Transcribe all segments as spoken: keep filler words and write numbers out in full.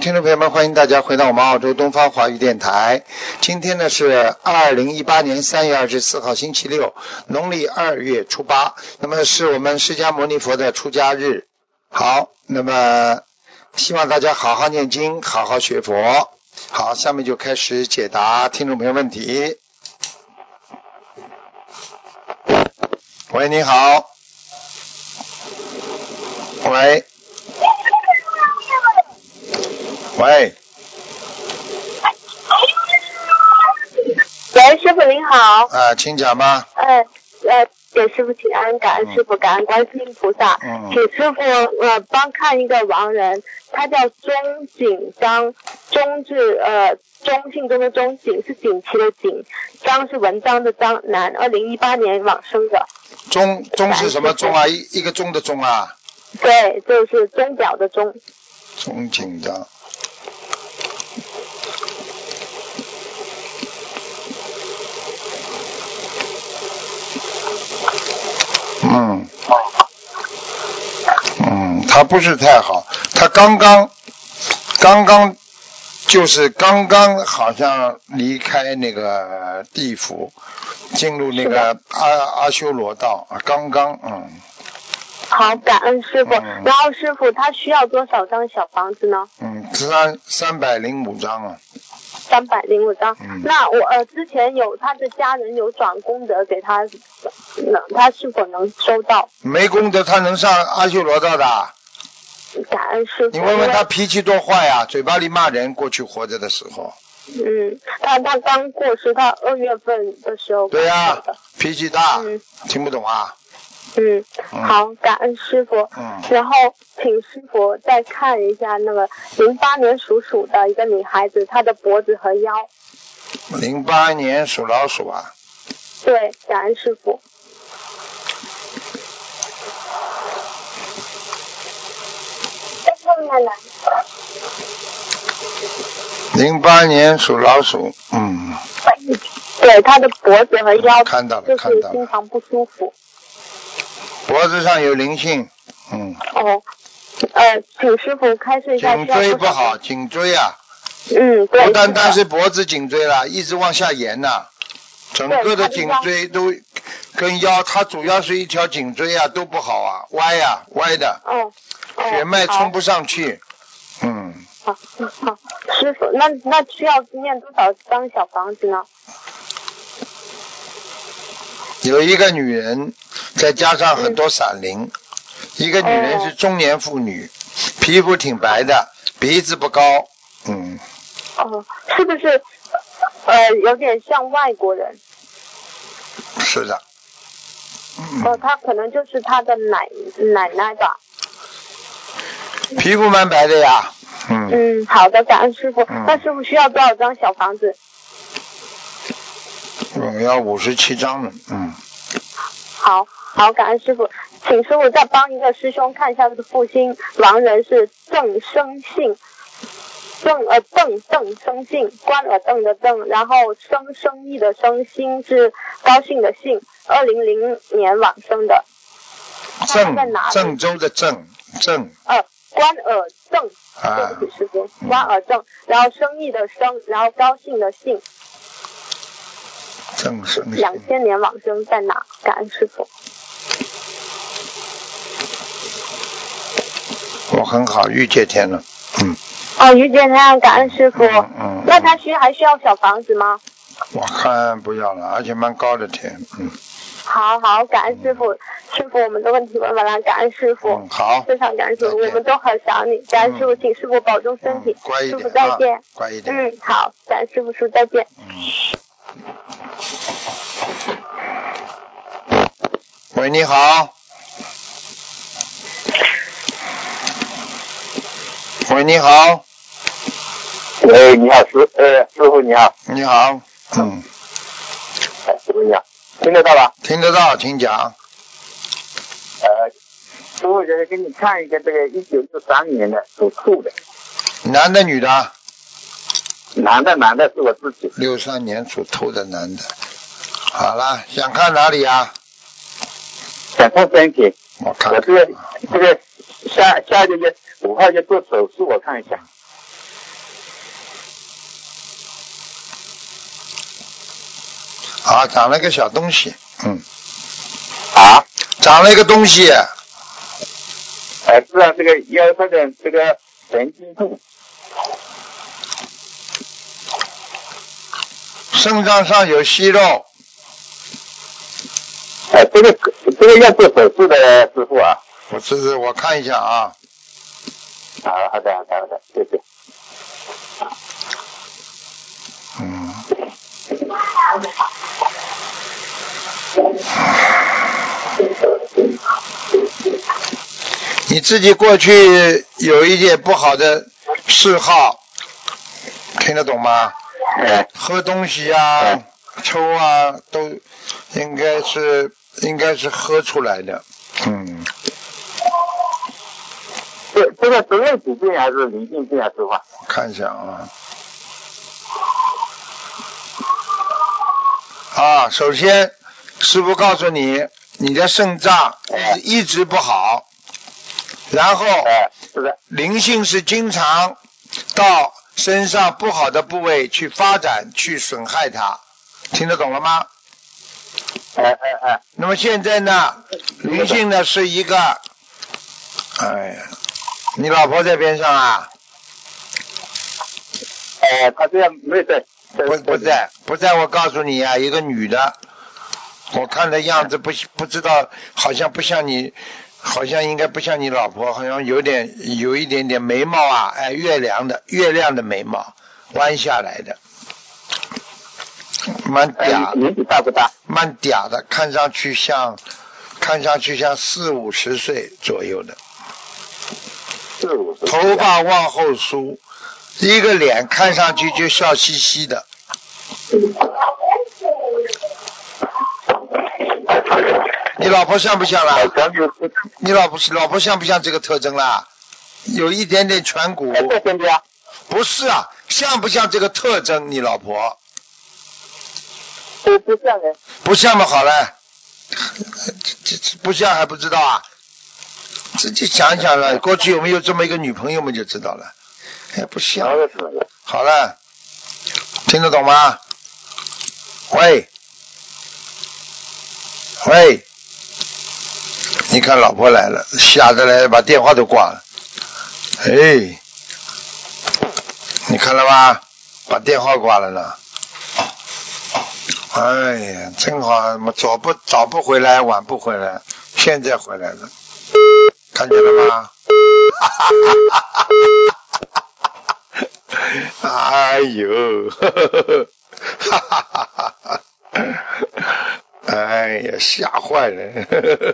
听众朋友们，欢迎大家回到我们澳洲东方华语电台。今天呢是二零一八年三月二十四号星期六，农历二月初八，那么是我们释迦牟尼佛的出家日。好，那么希望大家好好念经，好好学佛。好，下面就开始解答听众朋友问题。喂，你好。喂。喂。 喂，师傅您好。 啊，请讲吧。 呃呃，给师傅请安，感恩师傅，感恩观世音菩萨。 嗯。 请师傅呃帮看一个亡人，他叫钟景章，钟字呃中信中的钟，景是锦旗的锦，章是文章的章，男，二零一八年往生的。 钟钟是什么钟啊？一一个钟的钟啊？ 对，就是钟表的钟。 钟景章。嗯，嗯，他不是太好，他刚刚刚刚就是刚刚好像离开那个地府，进入那个阿阿修罗道，刚刚嗯。 好，感恩师傅。 嗯、 然后师傅他需要多少张小房子呢？ 嗯，三三百零五张啊。 三百零五张。 嗯、 那我呃之前有他的家人有转功德给他，能他是否能收到？ 没功德他能上阿修罗道的？ 感恩师傅。 你问问他脾气多坏啊，嘴巴里骂人，过去活着的时候。 嗯，他他刚过世，他二月份的时候。 对呀、啊，脾气大。 嗯。 听不懂啊？ 嗯，好，感恩师傅。 嗯。 然后请师傅再看一下那个零八年属鼠的一个女孩子，她的脖子和腰。 零八年属老鼠啊。 对，感恩师傅。 零八年属老鼠，嗯。 对，她的脖子和腰看到了， 就是经常不舒服。 脖子上有灵性，嗯。 哦，呃，请师傅开示一下。 颈椎不好，颈椎啊。 嗯，对。 不单单是脖子颈椎了，一直往下延呐、啊，整个的颈椎都跟腰，它主要是一条颈椎啊，都不好啊，歪呀、啊，歪的。 哦。哦血脉冲不上去，嗯。 好，好，师傅，那那需要念多少张小房子呢？ 有一个女人，再加上很多闪灵、嗯，一个女人是中年妇女，哦、皮肤挺白的，鼻子不高，嗯。 哦，是不是呃有点像外国人？ 是的。 嗯、哦，她可能就是她的奶奶奶吧。 皮肤蛮白的呀。嗯. 嗯，好的，感恩师傅。 嗯、 那师傅需要多少张小房子？ 我要五十七张呢，嗯。 好，好，感恩师傅，请师傅再帮一个师兄看一下这个复兴亡人是郑生信，郑呃邓邓生信，关尔邓的邓，然后生生意的生，兴是高兴的兴，二零零年往生的。 郑郑州的郑郑。 呃，关尔郑，对不起师傅，关尔郑，然后生意的生，然后高兴的兴。 正生两千年往生在哪？感恩师傅。 我很好，御界天了，嗯。 哦，御界天，感恩师傅。 嗯, 嗯。 那他需还需要小房子吗？ 我看不要了，而且蛮高的天，嗯。 好好，感恩师傅，嗯、师傅我们的问题问完了，感恩师傅。 嗯，好。 非常感恩师傅，我们都很想你，感恩师傅，请师傅保重身体。 嗯、乖一点。 师傅再见、 啊。乖一点。 嗯，好，感恩师傅，师傅再见。 嗯。喂，你好。喂，你好。 喂，你好，师呃，师傅你好。 你好。嗯。 哎，师傅你好，听得到吧？ 听得到，请讲。 呃，师傅就是给你看一个这个一九六三年的属兔的。 男的女的？ 男的，男的是我自己。 六三年属兔的男的。好了，想看哪里啊？ 想看身体。 我看。 我这个这个下下个月五号要做手术，我看一下。 啊，长了个小东西，嗯， 啊， 长了一个东西， 呃，是啊，这个腰这个这个神经痛， 肾脏上有息肉， 呃，这个这个要做手术的师傅啊。 我这是我看一下啊， 好好的好的好的，谢谢。 嗯，你自己过去有一点不好的嗜好，听得懂吗？ 哎， 喝东西啊、抽啊，都应该是应该是喝出来的。嗯， 这这个是内疾病还是灵性病啊，师傅？ 我看一下啊。啊，首先师傅告诉你，你的肾脏一直一直不好，然后哎，是的， 灵性是经常到身上不好的部位去发展，去损害它，听得懂了吗？ 哎哎哎， 那么现在呢，灵性呢是一个，哎呀，你老婆在边上啊？ 哎，他这样没在， 不不在，不在我告诉你啊，一个女的，我看的样子不不知道，好像不像你，好像应该不像你老婆，好像有点有一点点眉毛啊，哎，月亮的月亮的眉毛弯下来的，蛮嗲哎，年纪大不大？ 蛮嗲的，看上去像看上去像四五十岁左右的， 四五十。 头发往后梳，一个脸看上去就笑嘻嘻的。你老婆像不像啦？你老婆老婆像不像这个特征啦？有一点点颧骨。 在身边。 不是啊，像不像这个特征？你老婆？ 不不像人。 不像嘛，好了，这这不像还不知道啊？自己想想了，过去有没有这么一个女朋友们就知道了。哎，不像。好了，听得懂吗？喂，喂。你看老婆来了，吓得来把电话都挂了。哎，你看了吗？把电话挂了呢。哎呀，正好早不早不回来，晚不回来，现在回来了，看见了吗？哎呦，哈哈哈哈哈！哎呀，吓坏了！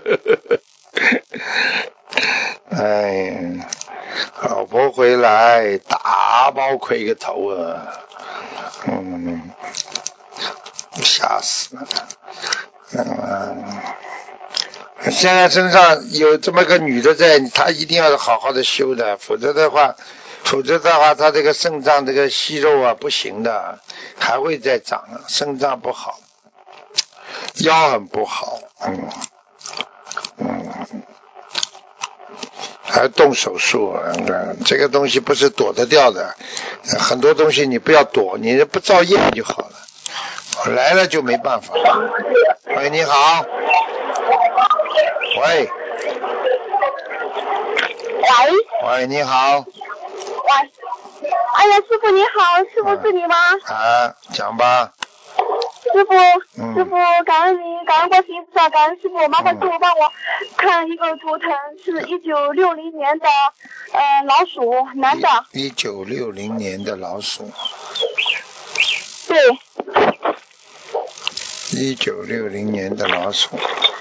哎呀，老婆回来，大包盔个头啊！嗯，吓死了。嗯，现在身上有这么个女的在，她一定要好好的修的，否则的话，否则的话，她这个肾脏这个息肉啊不行的，还会再长，肾脏不好，腰很不好，嗯嗯。还动手术，嗯，这个东西不是躲得掉的，很多东西你不要躲，你不照验就好了，来了就没办法。喂，你好。喂。 喂。 喂，你好。 喂。哎呀，师傅你好，师傅是你吗？ 啊，讲吧。 师傅， 嗯、 师傅，感恩您，感恩观世音菩萨，感恩师傅，麻烦师傅帮我看一个图腾，是一九六零年的呃老鼠男的。 一九六零年的老鼠。 对。 一九六零年的老鼠，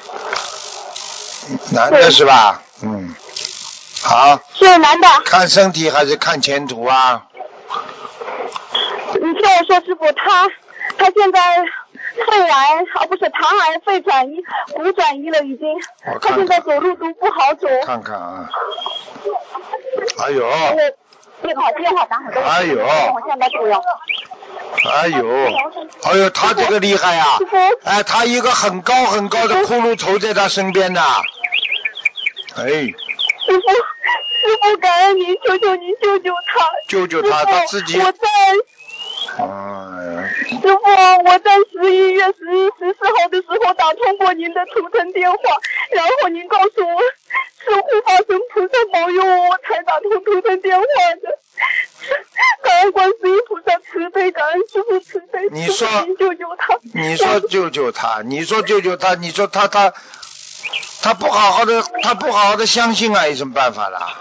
男的是吧？嗯。好。 是男的。 看身体还是看前途啊？ 你听我说，师傅，他他现在肺癌，哦不是糖癌，肺转移，骨转移了已经。 我看看他现在走路都不好走。 看看啊。哎呦。 电话电话打很多。 哎呦。 我现在不用。 哎呦，哎呦，他这个厉害呀！哎，他一个很高很高的骷髅头在他身边呢。哎。 师傅，师傅，感恩您，求求您救救他。 救救他，他自己。 我在。 哎呀， 师傅，我在十一月十一、十四号的时候打通过您的图腾电话，然后您告诉我是护法神菩萨保佑我，我才打通图腾电话的。感恩观世音菩萨慈悲，感恩师父慈悲。 你说您救救他。 你说救救他，你说救救他，你说他他他不好好的，他不好好的相信啊，有什么办法啦？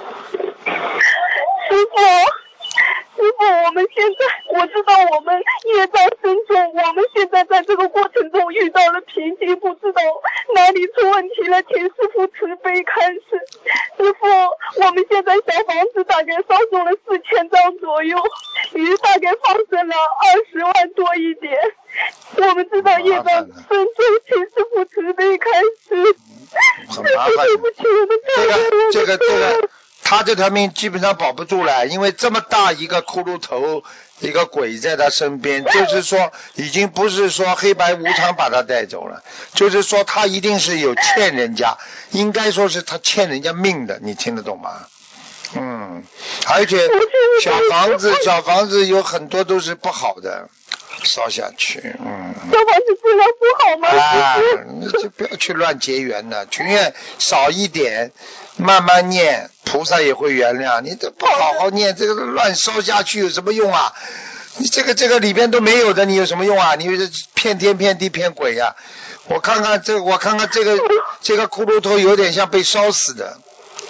师傅，师傅，我们现在我知道我们业障深重，我们现在在这个过程中遇到了瓶颈，不知道哪里出问题了，请师傅慈悲开示。师傅，我们现在小房子大概烧送了四千张左右，鱼大概放生了二十万多一点。我们知道业障深重，请师傅慈悲开示。 很麻烦的。 对不起，我们这个这个这个。他这条命基本上保不住了，因为这么大一个骷髅头，一个鬼在他身边，就是说已经不是说黑白无常把他带走了，就是说他一定是有欠人家，应该说是他欠人家命的，你听得懂吗？嗯，而且小房子小房子有很多都是不好的，烧下去，嗯。 小房子质量不好吗？ 啊，你就不要去乱结缘了，情愿少一点，慢慢念，菩萨也会原谅。你这不好好念，这个乱烧下去有什么用啊？你这个这个里边都没有的，你有什么用啊？你骗天骗地骗鬼呀、啊！我看看这，我看看这个这个骷髅头有点像被烧死的。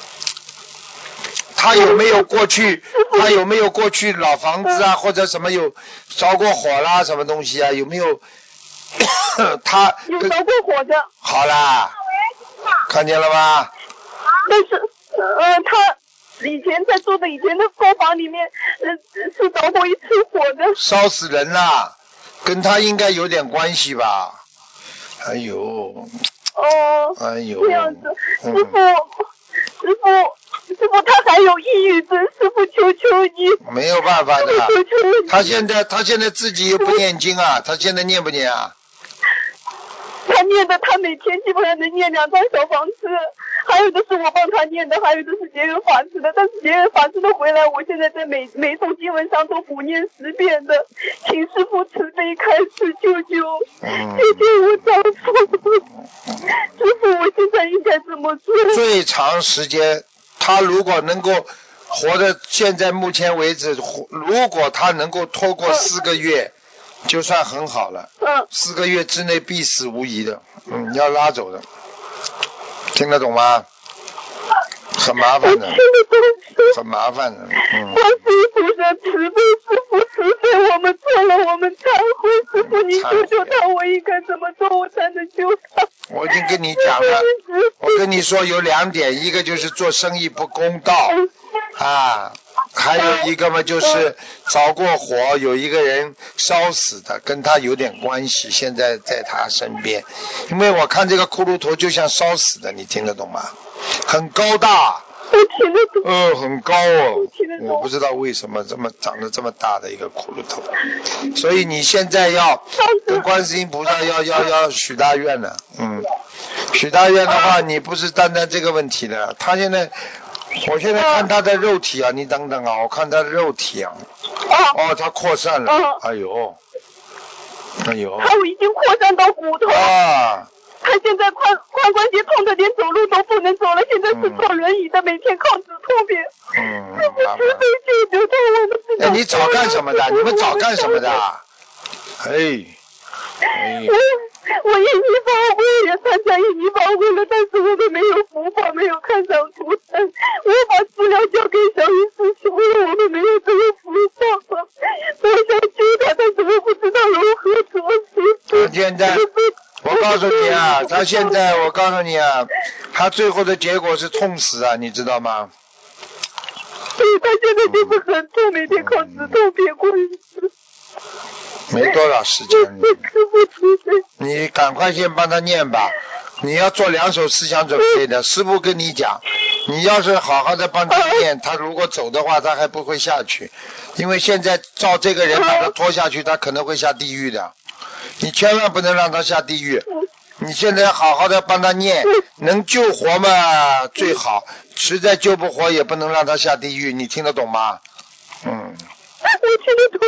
他有没有过去？他有没有过去老房子啊，或者什么有着过火啦，什么东西啊？有没有？他有着过火的。 好啦，看见了吗？ 但是，呃，他以前在住的以前的高房里面，呃，是着过一次火的。 烧死人啦，跟他应该有点关系吧？哎呦。 哦。 哎呦。 这样子，师傅，嗯、师傅。师傅，他还有抑郁症，师傅求求你。 没有办法的。 求求你。 他现在他现在自己又不念经啊，他现在念不念啊？ 他念的，他每天基本上能念两张小房子，还有的是我帮他念的，还有的是结缘法师的。但是结缘法师的回来，我现在在每每种经文上都补念十遍的，请师父慈悲开示救救， 嗯、 救救我丈夫。师父，我现在应该怎么做？ 最长时间，他如果能够活到现在目前为止，如果他能够拖过四个月。嗯就算很好了， 嗯， 四个月之内必死无疑的，嗯，要拉走的，听得懂吗？很麻烦的，很麻烦的，嗯。 观世音菩萨慈悲，师父慈悲，我们错了，我们忏悔，师父您救救他，我应该怎么做我才能救他？ 我已经跟你讲了，我跟你说有两点，一个就是做生意不公道啊。还有一个嘛，就是着过火，有一个人烧死的，跟他有点关系，现在在他身边。因为我看这个骷髅头就像烧死的，你听得懂吗？很高大， 我听得懂， 嗯、呃，很高哦， 我, 我不知道为什么这么长得这么大的一个骷髅头，所以你现在要跟观世音菩萨要要要许大愿了，嗯，许大愿的话，你不是单单这个问题的，他现在。我现在看他的肉体啊，你等等啊，我看他的肉体啊，哦，他扩散了，哎呦，哎呦， 他已经扩散到骨头啊， 他现在髋髋关节痛的连走路都不能走了，现在是坐轮椅的，每天靠止痛片。 嗯， 师父慈悲救救他，我们知道。 哎，你找干什么的？你们找干什么的？哎，哎。 我印尼法会也参加印尼法会了，但是我们没有福报，没有看上图腾。我把资料交给小云师兄了，我们没有这个福报。我想救他，但是我不知道如何做事。 他现在，我告诉你啊，他现在，我告诉你啊，他最后的结果是痛死啊，你知道吗？ 对，他现在就是很痛，每天靠止痛片过日子。 没多少时间，你赶快先帮他念吧。你要做两手思想准备的，师父跟你讲，你要是好好的帮他念，他如果走的话，他还不会下去，因为现在照这个人把他拖下去，他可能会下地狱的。你千万不能让他下地狱。你现在好好的帮他念，能救活嘛最好，实在救不活也不能让他下地狱，你听得懂吗？嗯。 我听得懂，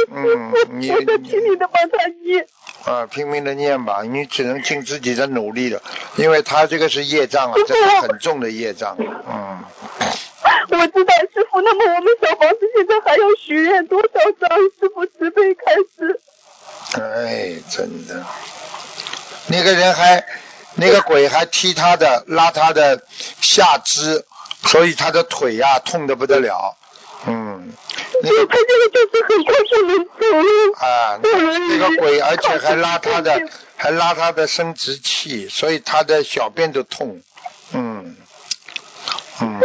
嗯，你我在拼命的帮他念。 啊，拼命的念吧，你只能尽自己的努力了，因为他这个是业障啊，这是很重的业障。嗯。 我知道师傅，那么我们小房子现在还要许愿多少张？师傅慈悲开始。 哎，真的，那个人还，那个鬼还踢他的，拉他的下肢，所以他的腿呀、啊、痛得不得了。嗯，那个他这个就是很快就能走了。 啊，那个鬼而且还拉他的，还拉他的生殖器，所以他的小便都痛。嗯。嗯，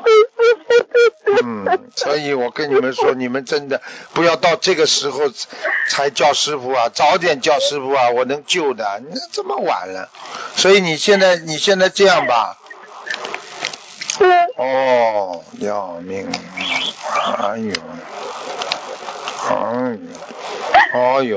嗯，所以我跟你们说，你们真的不要到这个时候才叫师傅啊，早点叫师傅啊，我能救的，你这么晚了，所以你现在你现在这样吧。哦，要命！哎呦，哎呦，哎呦，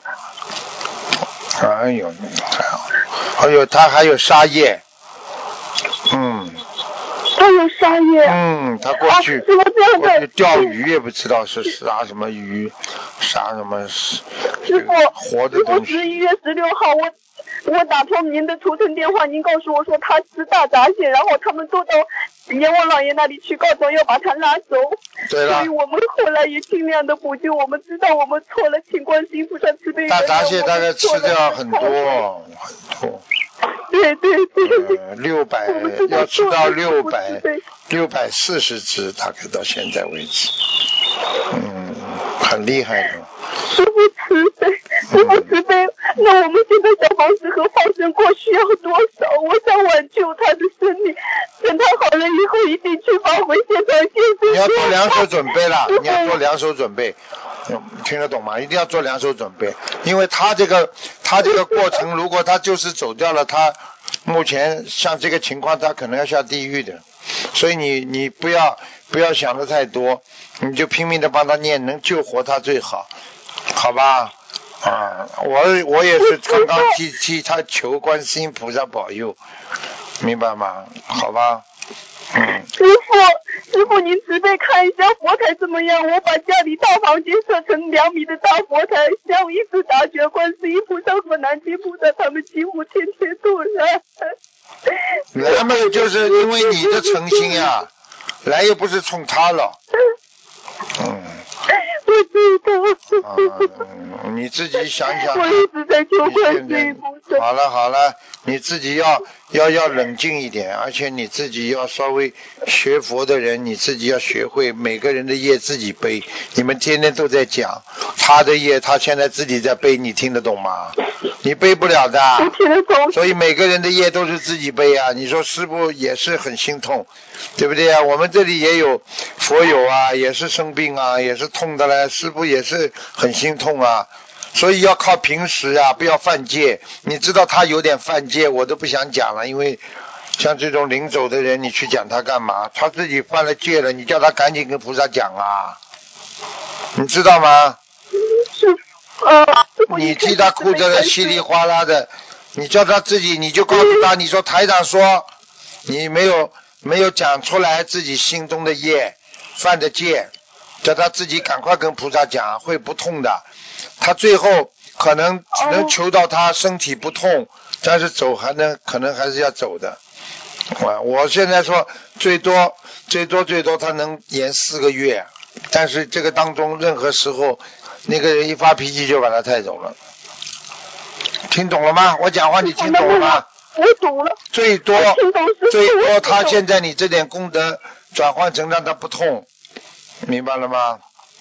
哎呦，哎呦，他还有沙叶，嗯。 他有沙叶。 嗯，他过去、 啊、怎么这样的？ 过去钓鱼也不知道是杀什么鱼，杀什么师傅， 活的东西。 十一月十六号，我我打通您的图腾电话，您告诉我说他吃大闸蟹，然后他们都到阎王老爷那里去告状，要把他拉走。 对了。 所以我们后来也尽量的补救，我们知道我们错了，请观世音菩萨慈悲。 大闸蟹大概吃掉很多很多。 对对对。 呃，六百要吃到六百六百四十只，大概到现在为止，嗯，很厉害的。 师父慈悲，师父慈悲。那我们现在小房子和放生过需要多少？我想挽救他的生命，等他好了以后一定去发挥现场现身。 你要做两手准备了，你要做两手准备。听得懂吗？一定要做两手准备，因为他这个他这个过程，如果他就是走掉了，他目前像这个情况，他可能要下地狱的，所以你你不要不要想的太多，你就拼命的帮他念，能救活他最好，好吧？啊，我我也是刚刚替替他求观世音菩萨保佑，明白吗？好吧？嗯， 师傅，师傅，您慈悲看一下佛台怎么样？我把家里大房间设成两米的大佛台，像一次大学观世音菩萨和南无菩萨，他们几乎天天都来。 来嘛，就是因为你的诚心呀，来又不是冲他了。嗯。 我知道。 啊，你自己想想。 我一直在求观世音菩萨。 好了好了，你自己要要要冷静一点，而且你自己要稍微学佛的人，你自己要学会每个人的业自己背。你们天天都在讲他的业，他现在自己在背，你听得懂吗？你背不了的。 我听得懂。 所以每个人的业都是自己背啊。你说师父也是很心痛，对不对啊？我们这里也有佛友啊，也是生病啊，也是痛的嘞，师父也是很心痛啊。所以要靠平时啊，不要犯戒。你知道他有点犯戒，我都不想讲了，因为像这种临走的人，你去讲他干嘛？他自己犯了戒了，你叫他赶紧跟菩萨讲啊，你知道吗？ 是呃。 你替他哭得稀里哗啦的，你叫他自己，你就告诉他，你说台长说你没有没有讲出来自己心中的业犯的戒，叫他自己赶快跟菩萨讲，会不痛的。他最后可能只能求到他身体不痛，但是走还能可能还是要走的。我我现在说最多最多最多他能延四个月，但是这个当中任何时候那个人一发脾气就把他带走了。听懂了吗？我讲话你听懂了吗？ 我懂了。 最多最多他现在你这点功德转换成让他不痛，明白了吗？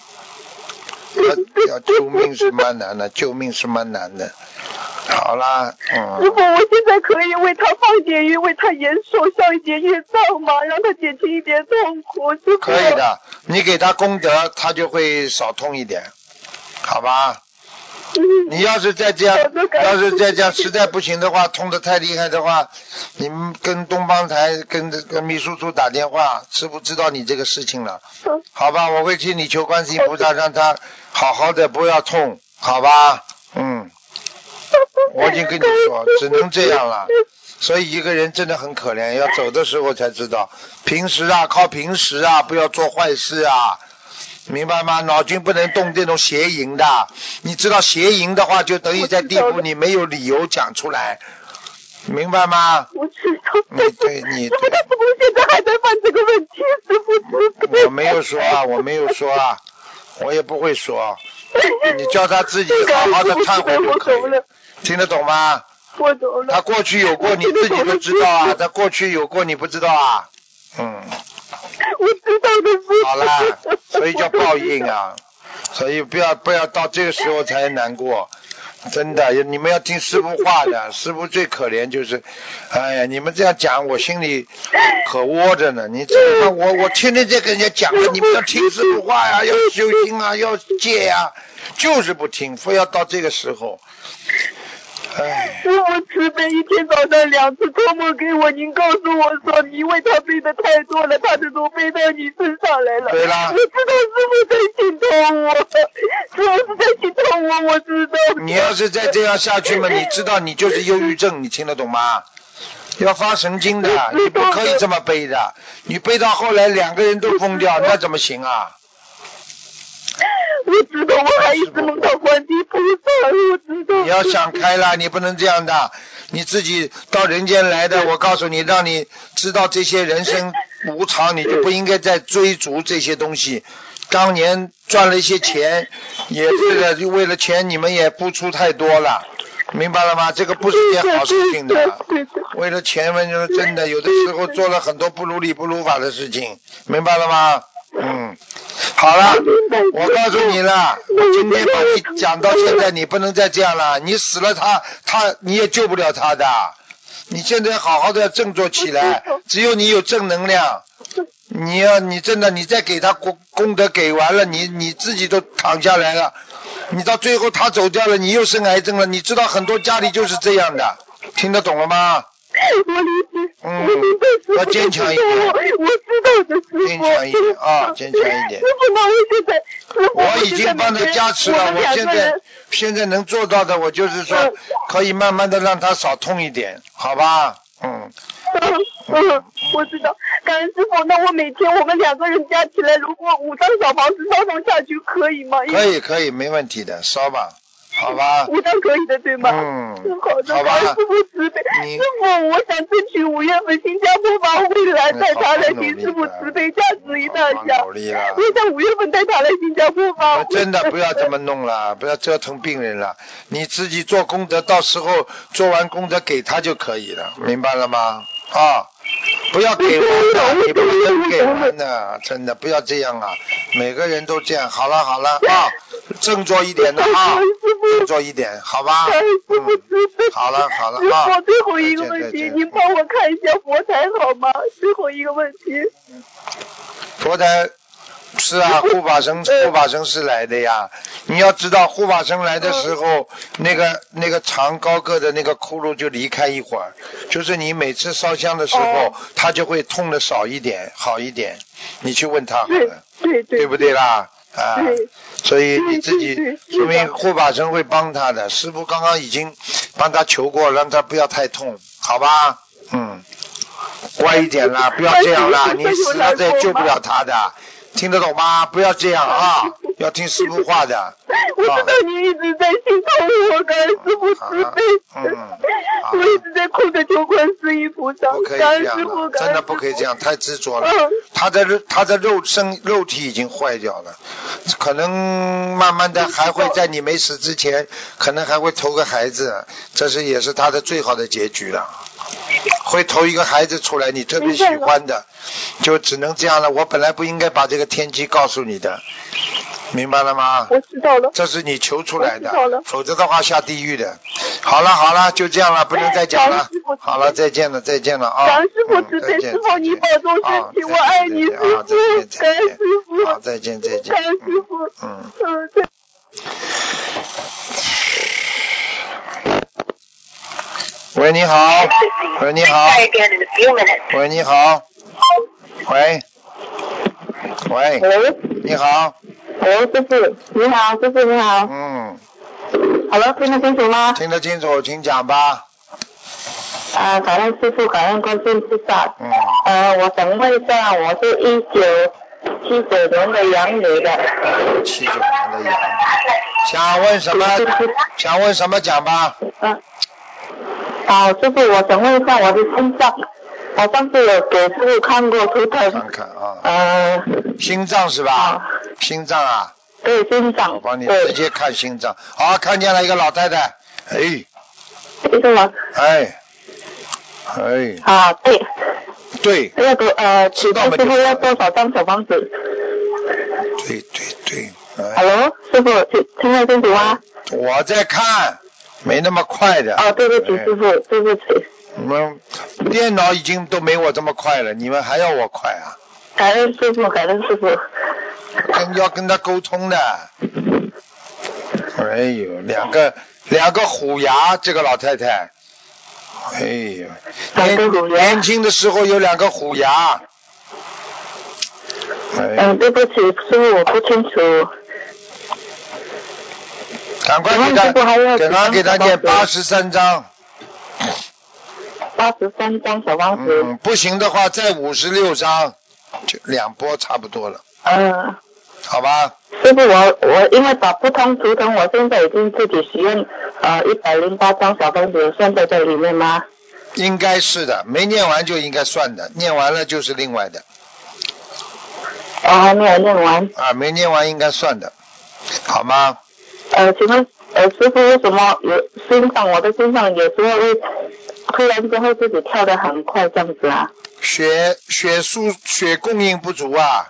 要要救命是蛮难的，救命是蛮难的。好啦，嗯。 师父，我现在可以为他放一点鱼，为他延寿消一点业障吗？让他减轻一点痛苦。师父。 可以的，你给他功德，他就会少痛一点，好吧？你要是再这样，要是再这样实在不行的话，痛得太厉害的话，你们跟东方台跟跟秘书处打电话，师傅知道你这个事情了，好吧？我会替你求观世音菩萨，让他好好的不要痛，好吧？嗯，我已经跟你说，只能这样了。所以一个人真的很可怜，要走的时候才知道，平时啊靠平时啊，不要做坏事啊。 明白吗？脑筋不能动这种邪淫的，你知道邪淫的话，就等于在地府你没有理由讲出来，明白吗？ 我知道， 你对你对， 师傅他怎么现在还在犯这个问题？师傅慈悲。 我没有说啊，我没有说啊，我也不会说，你叫他自己好好的忏悔就可以了，听得懂吗？ 我懂了。 他过去有过，你自己都知道啊，他过去有过，你不知道啊？嗯。 我知道的，师傅。 好啦，所以叫报应啊，所以不要不要到这个时候才难过，真的，你们要听师父话的，师父最可怜就是，哎呀，你们这样讲，我心里可窝着呢。你这个我我天天在跟人家讲了，你们要听师父话呀，要修心啊，要戒呀，就是不听，非要到这个时候。唉， 师父慈悲，一天早上两次托梦给我，您告诉我说，因为他背的太多了，他的都背到你身上来了。 对啦。 我知道师父在心疼我，师父是在心疼我，我知道。 你要是再这样下去嘛，你知道你就是忧郁症，你听得懂吗？要发神经的，你不可以这么背的，你背到后来两个人都疯掉，那怎么行啊？ 我知道，我还一直梦到观地菩萨，我知道。 你要想开了，你不能这样的，你自己到人间来的，我告诉你，让你知道这些人生无常，你就不应该再追逐这些东西。当年赚了一些钱，也是的，就为了钱，你们也付出太多了，明白了吗？这个不是件好事情的。为了钱嘛，就是真的，有的时候做了很多不如理不如法的事情，明白了吗？嗯。好了，我告诉你了，我今天把你讲到现在，你不能再这样了。你死了他，他你也救不了他的。你现在好好的振作起来，只有你有正能量。你要你真的，你再给他功功德给完了，你你自己都躺下来了，你到最后他走掉了，你又生癌症了。你知道很多家里就是这样的，听得懂了吗？ 我理解， 嗯， 我明白师父要坚强一点， 我知道的，师父。 坚强一点啊，坚强一点。 师父，那我现在，师父， 我已经帮他加持了，我现在现在能做到的，我就是说可以慢慢的让他少痛一点，好吧？嗯。 嗯嗯，我知道。感恩师父，那我每天我们两个人加起来，如果五张小房子烧上下去，可以吗？ 可以可以，没问题的，烧吧。好吧， 五张可以的，对吗？ 嗯， 好的， 好吧。 师父慈悲，师父，我想争取五月份新加坡法会来带他来，请师父慈悲加持一大下。 努力了。 我想五月份带他来新加坡法会。 真的不要这么弄了，不要折腾病人了，你自己做功德，到时候做完功德给他就可以了，明白了吗？啊。不要给完的，你不能给完的，真的不要这样啊！每个人都这样。好了好了啊，振作一点的啊，振作一点，好吧？嗯，好了好了啊。 我最后一个问题，您帮我看一下佛台好吗？最后一个问题。 佛台。是啊，护法神护法神是来的呀。你要知道，护法神来的时候，那个那个长高个的那个骷髅就离开一会儿，就是你每次烧香的时候，他就会痛的少一点，好一点。你去问他好了， 对对对不对啦？啊，所以你自己说明护法神会帮他的。师父刚刚已经帮他求过，让他不要太痛，好吧？嗯，乖一点啦，不要这样啦，你死了再救不了他的。听得懂吗？不要这样啊！要听师父话的。 我知道你一直在心疼我，感恩师父慈悲。 嗯， 我一直在哭着求观世音菩萨。 不可以这样了，真的不可以这样，太执着了。他的他的肉身肉体已经坏掉了，可能慢慢的还会在你没死之前，可能还会投个孩子，这是也是他的最好的结局了。会投一个孩子出来，你特别喜欢的，就只能这样了。我本来不应该把这个天机告诉你的，明白了吗？ 我知道了。 这是你求出来的，否则的话下地狱的。好了好了，就这样了，不能再讲了。好了，再见了再见了啊！ 感恩师父慈悲，师父你保重身体，我爱你师父，感恩师父。 好，再见再见。 感恩师父。 嗯嗯，再。 喂，你好。喂，你好。喂，你好。喂。喂。 喂。 你好。 喂，师傅，你好，师傅你好。 嗯。 好了，听得清楚吗？ 听得清楚，请讲吧。 啊，感恩师傅，感恩观世音菩萨。 嗯。 呃，我想问一下，我是一九七九年的羊女的。 七九年的羊。想问什么？想问什么讲吧。 嗯。啊，师傅，我想问一下我的心脏，我上次有给师傅看过图腾。 看看啊。 呃。 心脏是吧？ 啊。 心脏啊。 对，心脏。 我帮你直接看心脏。好，看见了一个老太太。哎。 一个老。 哎。哎。 啊，对。 对。 要多呃，请问师傅要多少张小房子？ 对对对。哎、 Hello， 师傅，听听得清楚吗？ 我在看，没那么快的。 哦，对不起，师傅，对不起。 你们电脑已经都没我这么快了，你们还要我快啊？ 感恩师傅，感恩师傅。 跟要跟他沟通的。哎呦，两个两个虎牙，这个老太太。哎呦，年年轻的时候有两个虎牙。 哎、嗯，对不起，师傅，我不清楚。 赶快给他，赶快给他念八十三章。 八十三张小房子。 嗯，不行的话再五十六张，就两波差不多了。 嗯。 好吧。 师傅，我我因为打不通图腾，我现在已经自己许愿呃一百零八张小房子，算在这里面吗？ 应该是的，没念完就应该算的，念完了就是另外的。 哦，还没有念完。 啊，没念完应该算的，好吗？ 呃，请问呃师傅为什么有心脏，我的心脏有时候会突然间会自己跳得很快这样子啊？ 血血素血供应不足啊。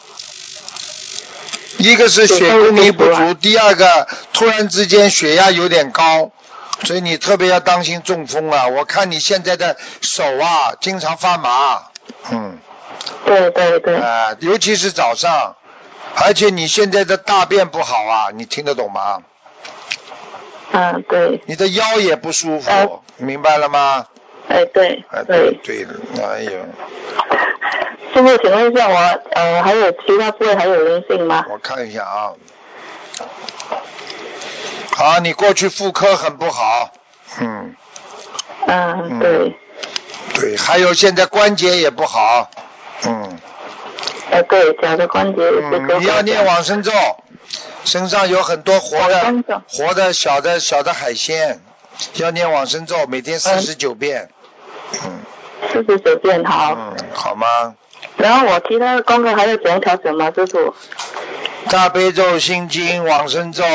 一个是血供应不足，第二个突然之间血压有点高，所以你特别要当心中风啊！我看你现在的手啊，经常发麻，嗯。 对对对。 啊、呃，尤其是早上，而且你现在的大便不好啊，你听得懂吗？ 嗯，对。 你的腰也不舒服， 呃、 明白了吗？ 哎，对。 哎，对对了，哎呦。 师傅，请问一下我呃还有其他部位还有灵性吗？ 我看一下啊。好，你过去妇科很不好，嗯。 嗯，对。 嗯、对，还有现在关节也不好，嗯。 哎，对，脚的关节也是。 嗯，你要念往生咒，身上有很多活的活的小的小的海鲜，要念往生咒，每天四十九遍。嗯。 四十九遍，好。 嗯，好吗？ 然后我其他的功课还有怎样调整吗，师傅？ 大悲咒、心经、往生咒。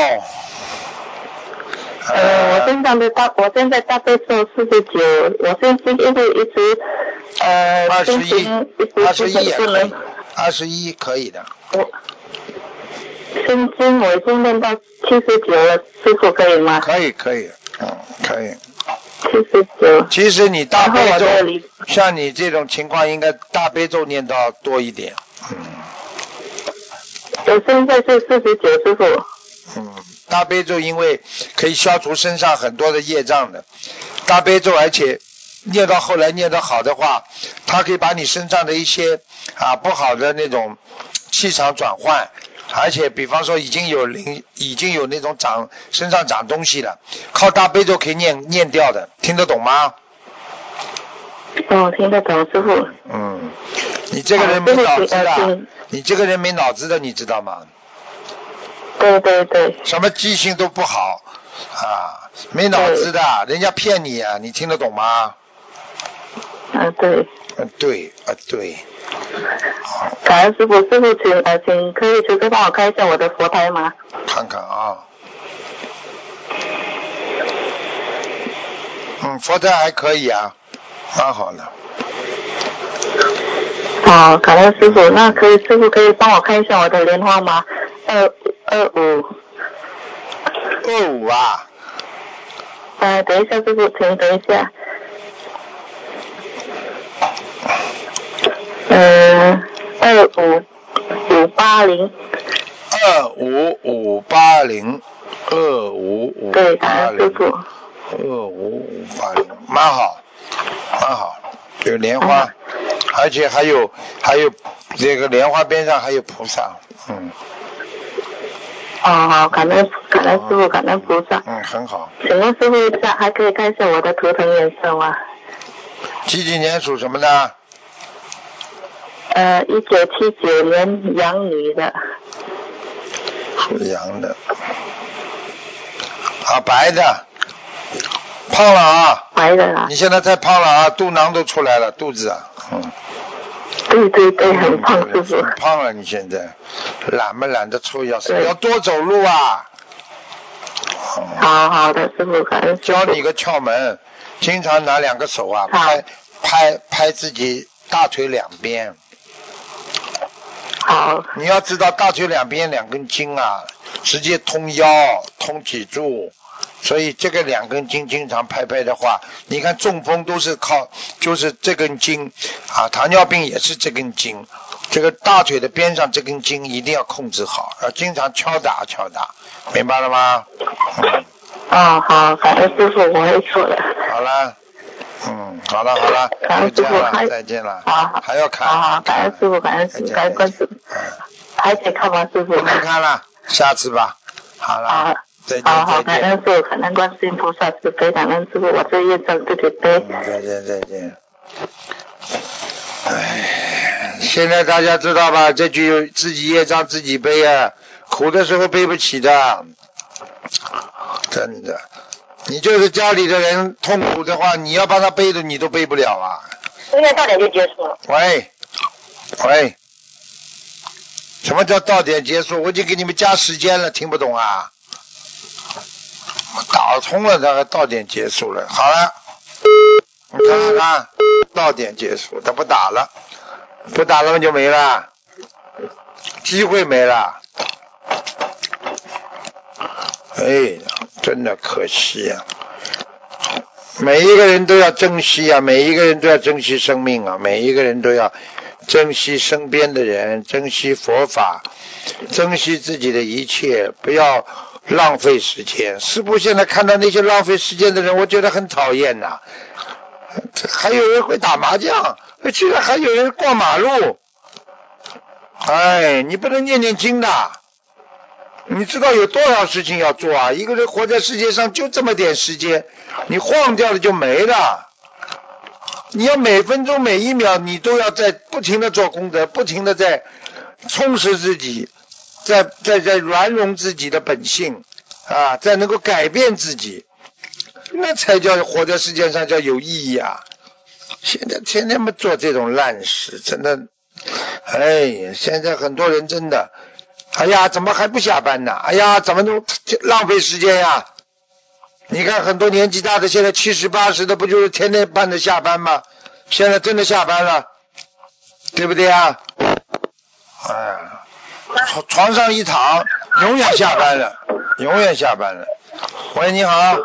呃，呃我身上的大，我现在大悲咒四十九，我心经一直一直呃， 二十一，二十一也可以，二十一可以的。 我心经我已经念到七十九了，师傅可以吗？ 可以可以，嗯，可以。 七十九。 其实你大悲咒，像你这种情况，应该大悲咒念到多一点。嗯。 我现在是四十九，师傅。 嗯，大悲咒因为可以消除身上很多的业障的，大悲咒而且念到后来念得好的话，它可以把你身上的一些啊不好的那种气场转换。而且比方说已经有灵，已经有那种长身上长东西了，靠大悲咒可以念念掉的，听得懂吗？ 哦，听得懂，师傅。 嗯，你这个人没脑子的，你这个人没脑子的，你知道吗？ 对对对。 什么记性都不好啊，没脑子的，人家骗你啊，你听得懂吗？ 啊，对。 嗯，对啊，对。 感恩师傅，师傅请呃请可以随便帮我看一下我的佛台吗？ 看看啊。嗯，佛台还可以啊，蛮好的。 好，感恩师傅，那可以师傅可以帮我看一下我的莲花吗？二二五。 二五啊。 呃，等一下师傅，请等一下。呃，二五五八零。 二五五八零，二五五八零。 对，感恩师傅。 二五五八零，蛮好，蛮好，有莲花，嗯、而且还有还有这个莲花边上还有菩萨，嗯。 哦，好，感恩感恩师傅，感恩菩萨。 嗯，很好。 请问师傅，下还可以看一下我的图腾颜色吗？ 几几年属什么的？ 呃，一九七九年羊女的。 属羊的。啊，白的。胖了啊。 白的啊。 你现在太胖了啊，肚囊都出来了，肚子啊。嗯。 对对对，很胖，师傅。 很胖了，你现在懒不懒得抽要死，要多走路啊。 好好的，师傅，感恩师傅。 教你个窍门，经常拿两个手啊拍拍拍自己大腿两边。 好。 你要知道大腿两边两根筋啊，直接通腰、通脊柱。所以这个两根筋经常拍拍的话，你看中风都是靠就是这根筋啊，糖尿病也是这根筋，这个大腿的边上这根筋一定要控制好，要经常敲打敲打，明白了吗？嗯。 哦，好，感恩师傅，我会做的。 好了，嗯，好了好了， 感恩师傅，还再见了， 好好， 还要看， 好好，感恩师傅，感恩师傅，感恩观世，还可以看吗，师傅？ 不能看了，下次吧。好了。 好。 再见好好，感恩师傅，感恩观世音菩萨慈悲，感恩师傅，我这业障自己背。 再见再见。唉，现在大家知道吧？这句自己业障自己背啊，苦的时候背不起的，真的。你就是家里的人痛苦的话，你要帮他背的，你都背不了啊。 现在到点就结束了。 喂，喂，什么叫到点结束？我已经给你们加时间了，听不懂啊？打通了，大概到点结束了。好了，你看看，到点结束，他不打了，不打了就没了，机会没了。哎，真的可惜啊！每一个人都要珍惜啊，每一个人都要珍惜生命啊，每一个人都要珍惜身边的人，珍惜佛法，珍惜自己的一切，不要浪费时间。师父现在看到那些浪费时间的人，我觉得很讨厌呐、啊。还有人会打麻将，居然还有人过马路。哎，你不能念念经的。你知道有多少事情要做啊？一个人活在世界上就这么点时间，你晃掉了就没了。你要每分钟每一秒你都要在不停的做功德，不停的在充实自己，在在在圆融自己的本性啊，在能够改变自己，那才叫活在世界上叫有意义啊！现在天天们做这种烂事，真的，哎呀，现在很多人真的，哎呀，怎么还不下班呢？哎呀，怎么都浪费时间呀？你看很多年纪大的，现在七十八十的，不就是天天盼着下班吗？现在真的下班了，对不对啊？哎呀，床上一躺，永远下班了，永远下班了。喂，你好。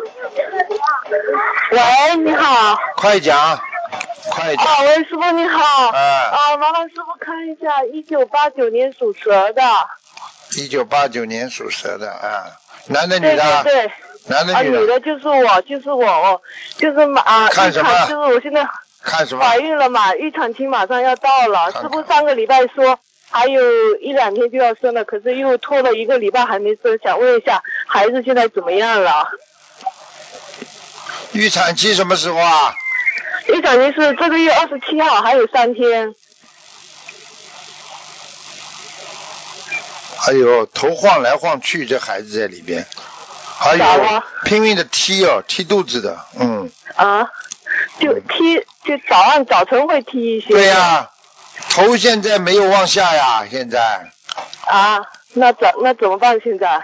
喂，你好。 快讲，快讲。 啊，喂，师傅你好。 哎。 啊，麻烦师傅看一下，一九八九年属蛇的。 一九八九年属蛇的啊，男的女的？ 对对对。 男的女的？ 啊，女的就是我，就是我，哦，就是马啊， 看什么？ 就是我现在看什么？ 怀孕了嘛，预产期马上要到了。师傅上个礼拜说还有一两天就要生了，可是又拖了一个礼拜还没生，想问一下孩子现在怎么样了？ 预产期什么时候啊？ 预产期是这个月二十七号，还有三天。 哎呦，头晃来晃去，这孩子在里边，还有拼命的踢哦，踢肚子的，嗯。 啊，就踢，就早上早晨会踢一些。 对呀、啊，头现在没有往下呀，现在。 啊，那怎那怎么办现在？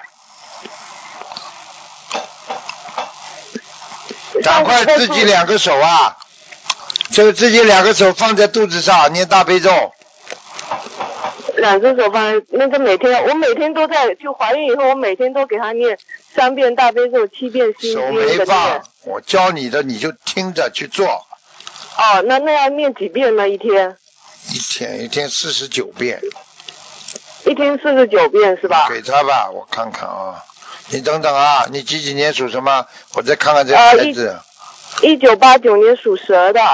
赶快自己两个手啊，这个自己两个手放在肚子上，念大悲咒。 两只手放在那个每天，我每天都在，就怀孕以后，我每天都给他念三遍大悲咒，七遍心经。 手没放，我教你的你就听着去做。 哦，那那要念几遍呢？一天？ 一天一天四十九遍。 一天四十九遍是吧？ 给他吧，我看看啊。你等等啊，你几几年属什么？我再看看这个孩子。 一九八九年属蛇的。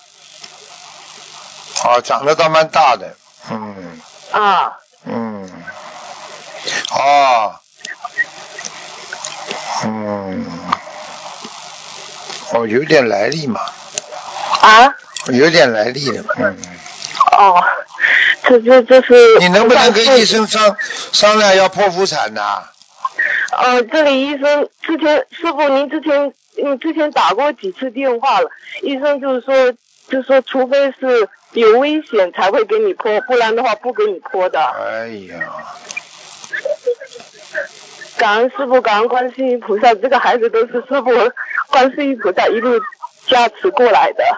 哦，长得倒蛮大的，嗯。 啊。 嗯。哦。嗯。哦，有点来历嘛。 啊？ 有点来历的，嗯。 哦， 这这这是。 你能不能跟医生商商量要剖腹产呐？ 呃，这里医生之前师傅您之前你之前打过几次电话了，医生就是说就是说除非是有危险才会给你剖，不然的话不给你剖的。 哎呀。 感恩师傅，感恩观世音菩萨，这个孩子都是师傅观世音菩萨一路加持过来的。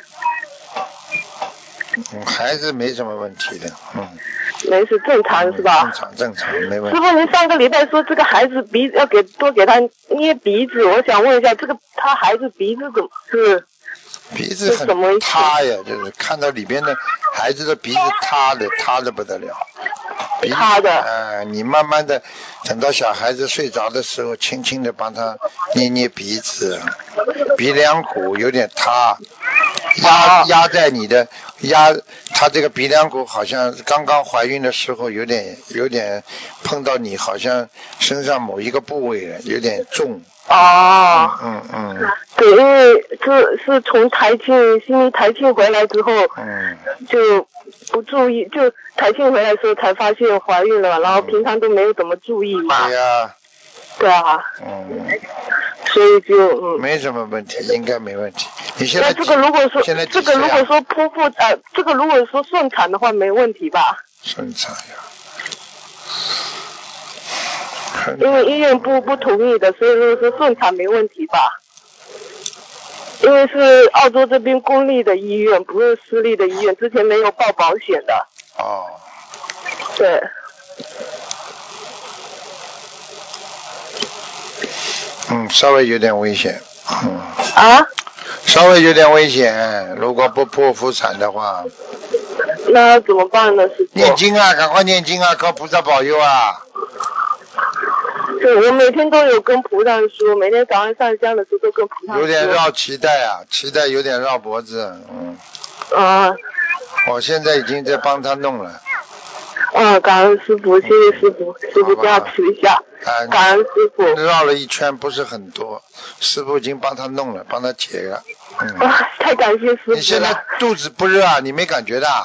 嗯，孩子没什么问题的，嗯。 没事，正常、嗯、是吧？ 正常正常，没问题。 师傅，您上个礼拜说这个孩子鼻要给多给他捏鼻子，我想问一下，这个他孩子鼻子怎么是？ 鼻子很塌呀，就是看到里边的孩子的鼻子塌的，塌的不得了。 塌的。 呃，你慢慢的，等到小孩子睡着的时候，轻轻的帮他捏捏鼻子，鼻梁骨有点塌，压压在你的压，他这个鼻梁骨好像刚刚怀孕的时候有点有点碰到你，好像身上某一个部位了，有点重。 哦。 嗯嗯。嗯对，因为是是从台庆悉尼台庆回来之后， 嗯， 就不注意，就台庆回来的时候才发现怀孕了，然后平常都没有怎么注意嘛。 对呀、啊。 对啊。 嗯。 所以就嗯。 没什么问题，应该没问题。你现在那这个如果说现在这个如果说剖腹呃，这个如果说顺产的话没问题吧？ 顺产呀。 因为医院不不同意的，所以如果说顺产没问题吧？因为是澳洲这边公立的医院，不是私立的医院，之前没有报保险的。 哦。 对。 嗯，稍微有点危险。嗯。 啊？ 稍微有点危险，如果不剖腹产的话。 那怎么办呢？师傅？ 念经啊，赶快念经啊，靠菩萨保佑啊！ 对，我每天都有跟菩萨说，每天早上上香的时候都跟菩萨说。 有点绕脐带啊，脐带有点绕脖子，嗯。 啊。 我现在已经在帮他弄了。 嗯，感恩师傅，谢谢师傅，师傅加持一下。 啊。 感恩师傅。 绕了一圈，不是很多，师傅已经帮他弄了，帮他解了。嗯。 啊，太感谢师傅了。 你现在肚子不热啊？你没感觉的？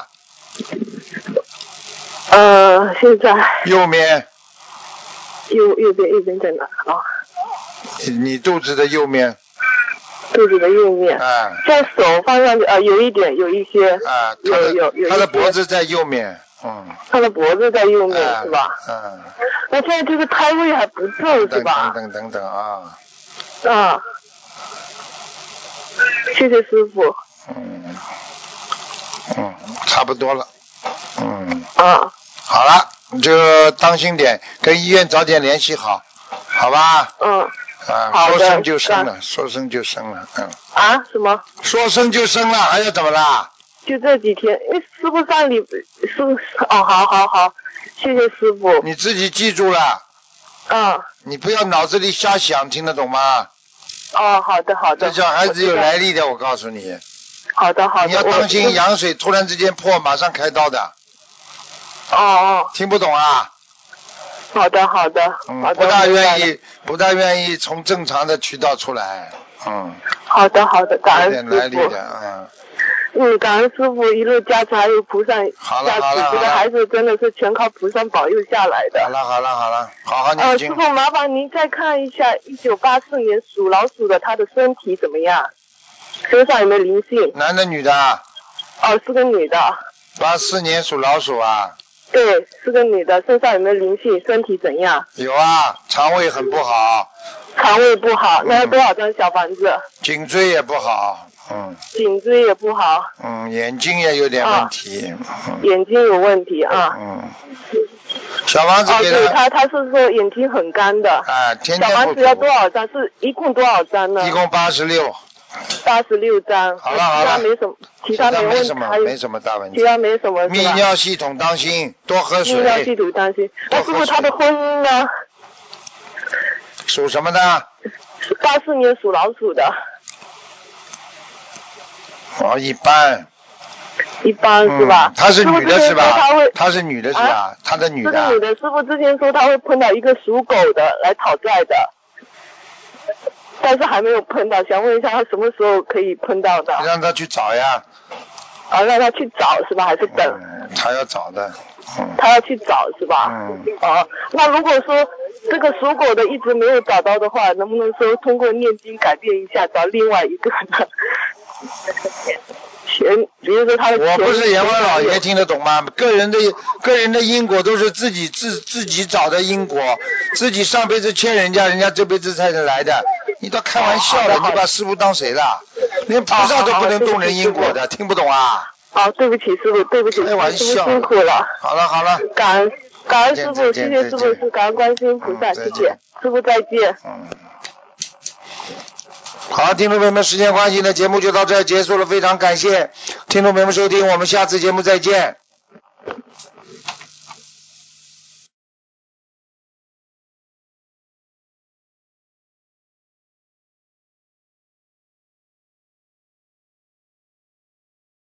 呃，现在。 右面。 右右边右边在哪啊？ 你肚子的右面。 肚子的右面。 啊。 在手放上去啊，有一点，有一些。 啊。 有有有。 他的脖子在右面。嗯。 他的脖子在右面、 啊、 是吧？ 嗯。 那现在这个胎位还不正是吧？ 等等等等啊。 啊。谢谢师傅。 嗯。嗯，差不多了。嗯。 啊。 好了，你就当心点，跟医院早点联系好，好吧？ 嗯。 啊，说生就生了，说生就生了，嗯。 啊？什么？ 说生就生了，还要怎么啦？ 就这几天，哎，师傅上礼师傅哦，好好好，谢谢师傅。 你自己记住了。 嗯。 你不要脑子里瞎想，听得懂吗？ 哦，好的好的。 这小孩子有来历的，我告诉你。 好的好的。 你要当心羊水突然之间破，马上开刀的。 哦哦。 听不懂啊？ 好的好的。 嗯， 好的不大愿意，不大愿意从正常的渠道出来。嗯。 好的好的，感恩师傅。 有点来历的，嗯。 嗯，感恩师傅一路加持，还有菩萨加持，这个孩子真的是全靠菩萨保佑下来的。 好了好了好了，好好念经。 呃，师傅麻烦您再看一下一九八四年属老鼠的他的身体怎么样？身上有没有灵性？ 男的女的？ 哦，是个女的。 八四年属老鼠啊？ 对，是个女的，身上有没有灵性？身体怎样？ 有啊，肠胃很不好。 肠胃不好，那要多少张小房子？ 嗯、颈椎也不好，嗯。 颈椎也不好。 嗯，眼睛也有点问题。 啊嗯、眼睛有问题啊。 嗯。小房子给他。 哦，对他，他是说眼睛很干的。 啊，天天小房子要多少张？是一共多少张呢？ 一共八十六。 八十六张。 好了好了。 其他没什么，其他没问题， 没什么大问题。 其他没什么。 泌尿系统当心，多喝水。 泌尿系统当心。那师傅他的婚姻呢？ 属什么的？ 八四年属老鼠的。 哦，一般。 一般是吧？ 她、嗯、是女的是吧？ 他会， 她是女的是吧？她、啊、的女的。 是女的，师傅之前说他会碰到一个属狗的来讨债的，但是还没有碰到，想问一下他什么时候可以碰到的？ 让他去找呀。 啊，让他去找是吧？还是等？ 嗯，他要找的。嗯。 他要去找是吧？ 嗯。 啊，那如果说这个属狗的一直没有找到的话，能不能说通过念经改变一下，找另外一个呢？前，比如说他的前。 我不是阎王老爷听得懂吗？个人的个人的因果都是自己自自己找的因果，自己上辈子欠人家，人家这辈子才能来的。你都开玩笑了，你把师傅当谁了？连菩萨都不能动人因果的，听不懂啊？ 好，对不起师傅，对不起， 开玩笑， 师傅辛苦了。 好了好了。 感恩感恩师傅，谢谢师傅，是感恩观世音菩萨，谢谢师傅，再见。 嗯。好，听众朋友们，时间关系呢，节目就到这儿结束了，非常感谢听众朋友们收听，我们下次节目再见。